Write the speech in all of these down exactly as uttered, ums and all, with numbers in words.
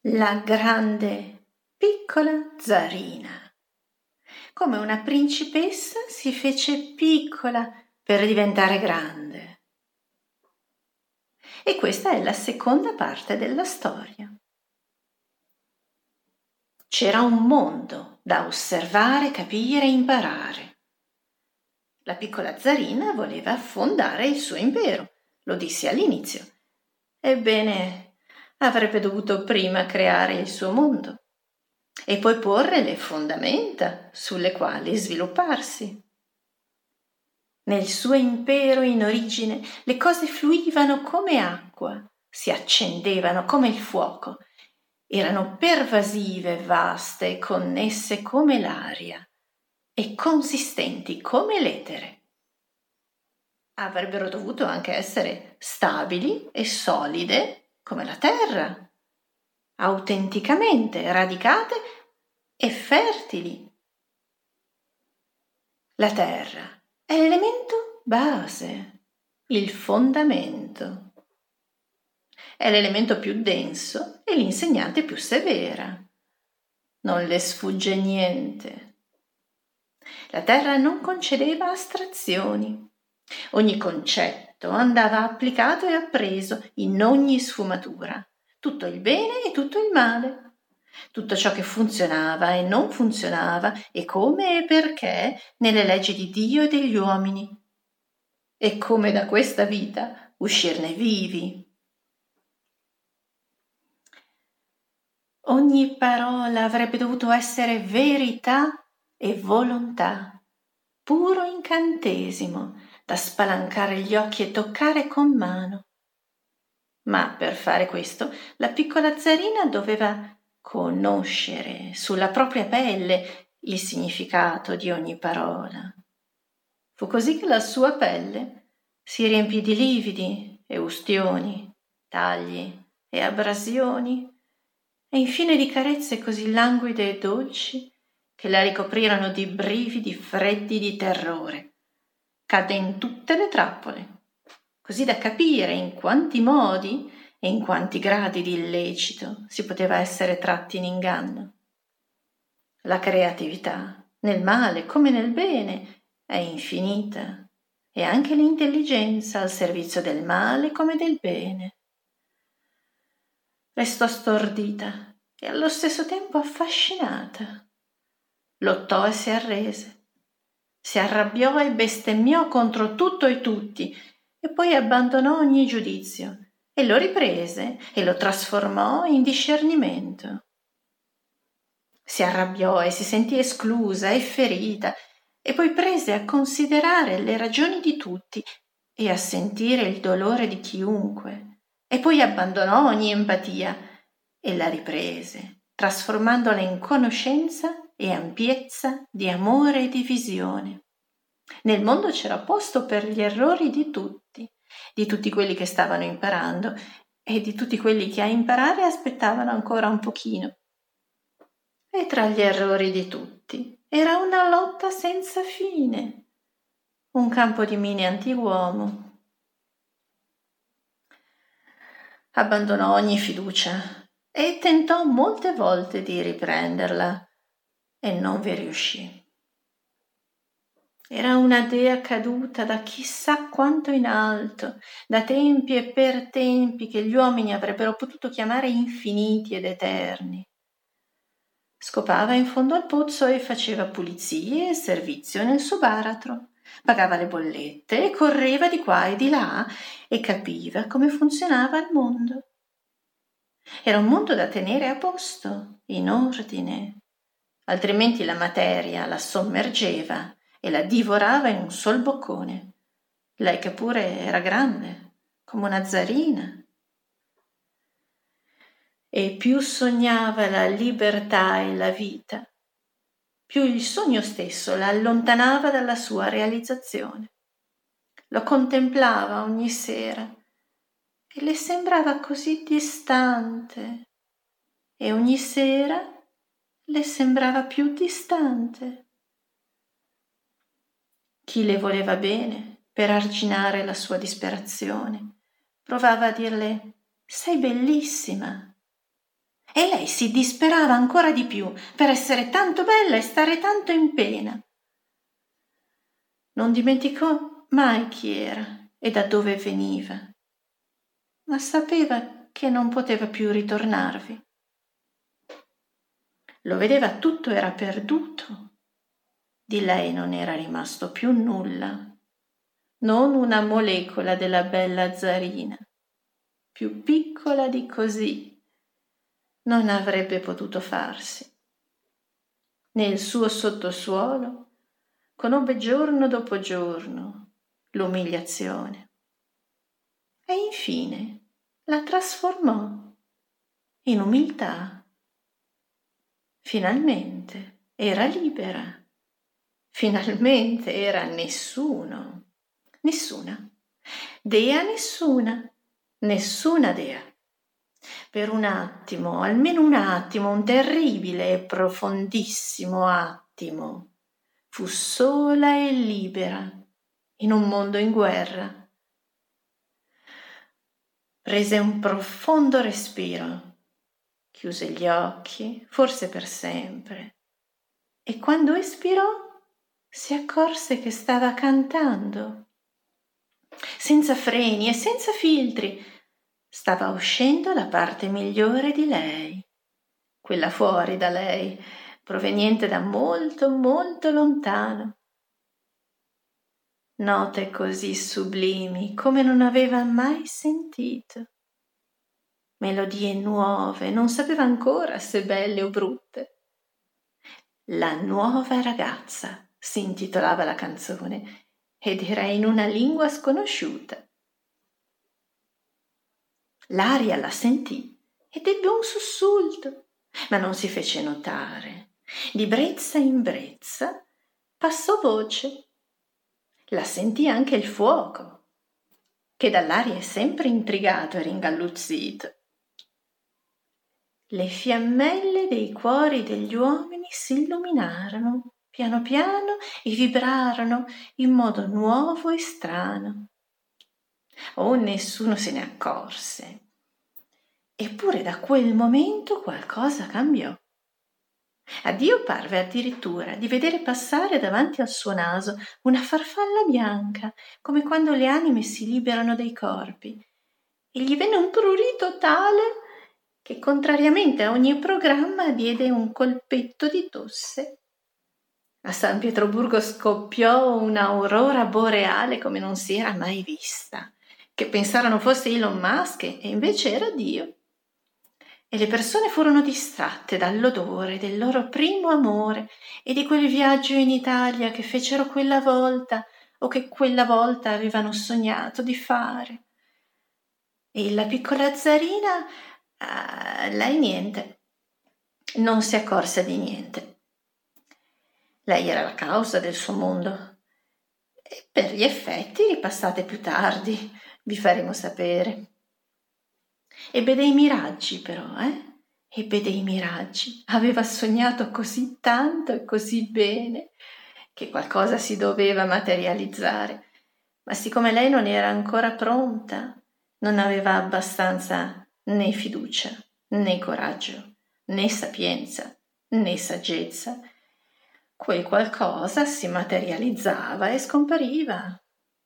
La grande piccola Zarina. Come una principessa si fece piccola per diventare grande. E questa è la seconda parte della storia. C'era un mondo da osservare, capire e imparare. La piccola Zarina voleva fondare il suo impero, lo disse all'inizio. Ebbene, avrebbe dovuto prima creare il suo mondo e poi porre le fondamenta sulle quali svilupparsi. Nel suo impero in origine le cose fluivano come acqua, si accendevano come il fuoco, erano pervasive, vaste, connesse come l'aria e consistenti come l'etere. Avrebbero dovuto anche essere stabili e solide come la terra, autenticamente radicate e fertili. La terra è l'elemento base, il fondamento. È l'elemento più denso e l'insegnante più severa. Non le sfugge niente. La terra non concedeva astrazioni. Ogni concetto andava applicato e appreso in ogni sfumatura, tutto il bene e tutto il male, tutto ciò che funzionava e non funzionava e come e perché nelle leggi di Dio e degli uomini, e come da questa vita uscirne vivi. Ogni parola avrebbe dovuto essere verità e volontà, puro incantesimo da spalancare gli occhi e toccare con mano. Ma per fare questo la piccola Zarina doveva conoscere sulla propria pelle il significato di ogni parola. Fu così che la sua pelle si riempì di lividi e ustioni, tagli e abrasioni, e infine di carezze così languide e dolci che la ricoprirono di brividi freddi di terrore. Cadde in tutte le trappole, così da capire in quanti modi e in quanti gradi di illecito si poteva essere tratti in inganno. La creatività, nel male come nel bene, è infinita, e anche l'intelligenza al servizio del male come del bene. Restò stordita e allo stesso tempo affascinata. Lottò e si arrese. Si arrabbiò e bestemmiò contro tutto e tutti, e poi abbandonò ogni giudizio e lo riprese e lo trasformò in discernimento. Si arrabbiò e si sentì esclusa e ferita, e poi prese a considerare le ragioni di tutti e a sentire il dolore di chiunque, e poi abbandonò ogni empatia e la riprese, trasformandola in conoscenza e ampiezza di amore e di visione. Nel mondo c'era posto per gli errori di tutti, di tutti quelli che stavano imparando e di tutti quelli che a imparare aspettavano ancora un pochino. E tra gli errori di tutti era una lotta senza fine, un campo di mine antiguomo. Abbandonò ogni fiducia e tentò molte volte di riprenderla e non vi riuscì. Era una dea caduta da chissà quanto in alto, da tempi e per tempi che gli uomini avrebbero potuto chiamare infiniti ed eterni. Scopava in fondo al pozzo e faceva pulizie e servizio nel suo baratro, pagava le bollette e correva di qua e di là e capiva come funzionava il mondo. Era un mondo da tenere a posto, in ordine, altrimenti la materia la sommergeva e la divorava in un sol boccone. Lei che pure era grande, come una zarina. E più sognava la libertà e la vita, più il sogno stesso la allontanava dalla sua realizzazione. Lo contemplava ogni sera e le sembrava così distante, e ogni sera le sembrava più distante. Chi le voleva bene, per arginare la sua disperazione, provava a dirle «Sei bellissima», e lei si disperava ancora di più per essere tanto bella e stare tanto in pena. Non dimenticò mai chi era e da dove veniva, ma sapeva che non poteva più ritornarvi. Lo vedeva tutto era perduto. Di lei non era rimasto più nulla, non una molecola della bella Zarina. Più piccola di così non avrebbe potuto farsi. Nel suo sottosuolo conobbe giorno dopo giorno l'umiliazione e infine la trasformò in umiltà. Finalmente era libera, finalmente era nessuno, nessuna, dea nessuna, nessuna dea. Per un attimo, almeno un attimo, un terribile e profondissimo attimo, fu sola e libera in un mondo in guerra. Prese un profondo respiro, chiuse gli occhi, forse per sempre, e quando espirò si accorse che stava cantando, senza freni e senza filtri. Stava uscendo la parte migliore di lei, quella fuori da lei, proveniente da molto, molto lontano. Note così sublimi come non aveva mai sentito. Melodie nuove, non sapeva ancora se belle o brutte. La nuova ragazza si intitolava la canzone ed era in una lingua sconosciuta. L'aria la sentì ed ebbe un sussulto, ma non si fece notare. Di brezza in brezza passò voce. La sentì anche il fuoco, che dall'aria è sempre intrigato e ringalluzzito. Le fiammelle dei cuori degli uomini si illuminarono piano piano e vibrarono in modo nuovo e strano. Oh, nessuno se ne accorse. Eppure da quel momento qualcosa cambiò. A Dio parve addirittura di vedere passare davanti al suo naso una farfalla bianca, come quando le anime si liberano dai corpi, e gli venne un prurito tale che, contrariamente a ogni programma, diede un colpetto di tosse. A San Pietroburgo scoppiò un'aurora boreale come non si era mai vista, che pensarono fosse Elon Musk e invece era Dio. E le persone furono distratte dall'odore del loro primo amore e di quel viaggio in Italia che fecero quella volta o che quella volta avevano sognato di fare. E la piccola Zarina, ah, lei niente, non si accorse di niente. Lei era la causa del suo mondo. E per gli effetti ripassate più tardi, vi faremo sapere. Ebbe dei miraggi però, eh? Ebbe dei miraggi. Aveva sognato così tanto e così bene che qualcosa si doveva materializzare. Ma siccome lei non era ancora pronta, non aveva abbastanza né fiducia, né coraggio, né sapienza, né saggezza, quel qualcosa si materializzava e scompariva.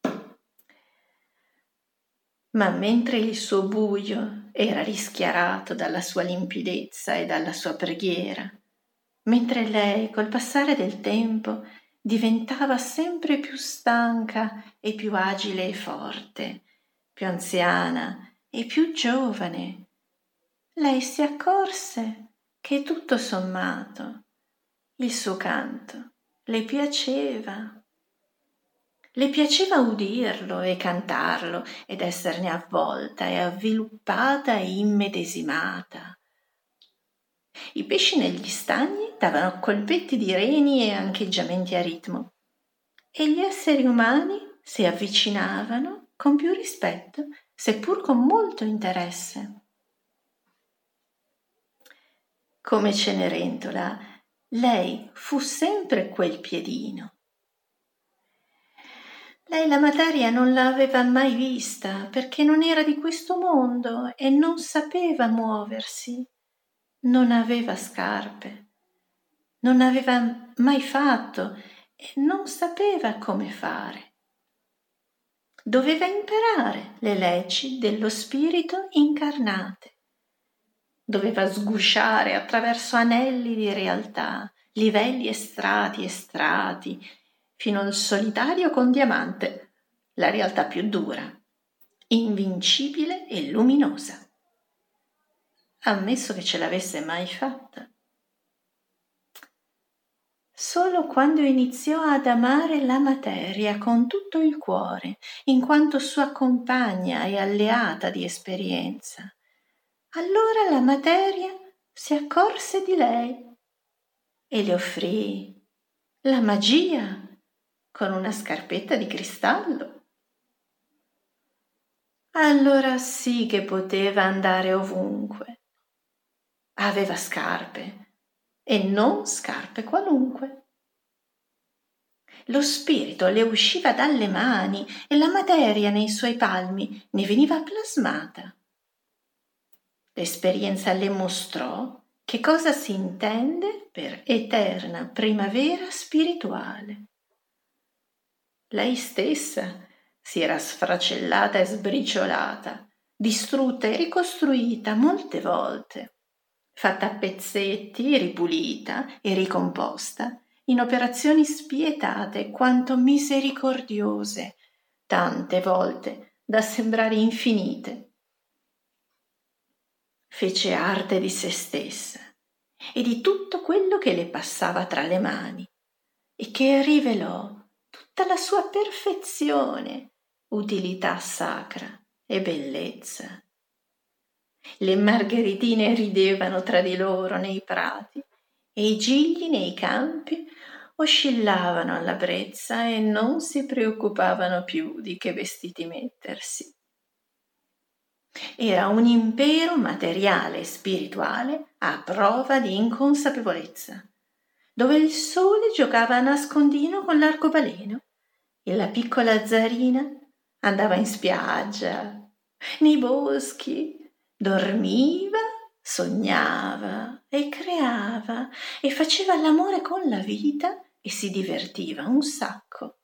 Ma mentre il suo buio era rischiarato dalla sua limpidezza e dalla sua preghiera, mentre lei col passare del tempo diventava sempre più stanca e più agile e forte, più anziana e più giovane, lei si accorse che tutto sommato il suo canto le piaceva. Le piaceva udirlo e cantarlo ed esserne avvolta e avviluppata e immedesimata. I pesci negli stagni davano colpetti di reni e ancheggiamenti a ritmo, e gli esseri umani si avvicinavano con più rispetto, seppur con molto interesse. Come Cenerentola, lei fu sempre quel piedino. Lei la materia non l'aveva mai vista perché non era di questo mondo e non sapeva muoversi. non aveva scarpe, non aveva mai fatto e non sapeva come fare. Doveva imparare le leggi dello spirito incarnate. Doveva sgusciare attraverso anelli di realtà, livelli e strati e strati, fino al solitario con diamante, la realtà più dura, invincibile e luminosa. Ammesso che ce l'avesse mai fatta. Solo quando iniziò ad amare la materia con tutto il cuore, in quanto sua compagna e alleata di esperienza, allora la materia si accorse di lei e le offrì la magia con una scarpetta di cristallo. Allora sì che poteva andare ovunque. Aveva scarpe e non scarpe qualunque. Lo spirito le usciva dalle mani e la materia nei suoi palmi ne veniva plasmata. L'esperienza le mostrò che cosa si intende per eterna primavera spirituale. Lei stessa si era sfracellata e sbriciolata, distrutta e ricostruita molte volte, fatta a pezzetti, ripulita e ricomposta in operazioni spietate quanto misericordiose, tante volte da sembrare infinite. Fece arte di se stessa e di tutto quello che le passava tra le mani e che rivelò tutta la sua perfezione, utilità sacra e bellezza. Le margheritine ridevano tra di loro nei prati e i gigli nei campi oscillavano alla brezza e non si preoccupavano più di che vestiti mettersi. Era un impero materiale e spirituale a prova di inconsapevolezza, dove il sole giocava a nascondino con l'arcobaleno e la piccola Zarina andava in spiaggia, nei boschi, dormiva, sognava e creava e faceva l'amore con la vita e si divertiva un sacco.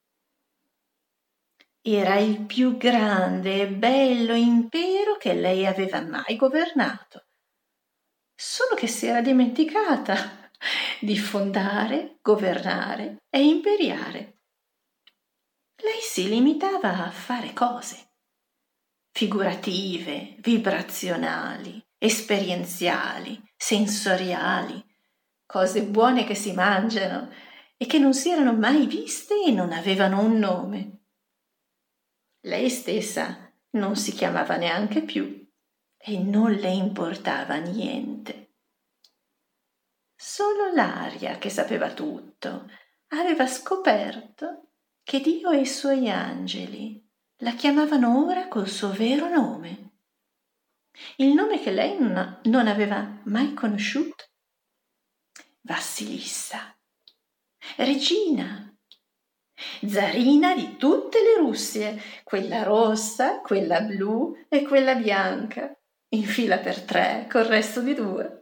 Era il più grande e bello impero che lei aveva mai governato, solo che si era dimenticata di fondare, governare e imperiare. Lei si limitava a fare cose figurative, vibrazionali, esperienziali, sensoriali, cose buone che si mangiano e che non si erano mai viste e non avevano un nome. Lei stessa non si chiamava neanche più e non le importava niente. Solo l'aria, che sapeva tutto, aveva scoperto che Dio e i suoi angeli la chiamavano ora col suo vero nome, il nome che lei non, non aveva mai conosciuto. Vassilissa, regina, Zarina di tutte le Russie, quella rossa, quella blu e quella bianca, in fila per tre col resto di due.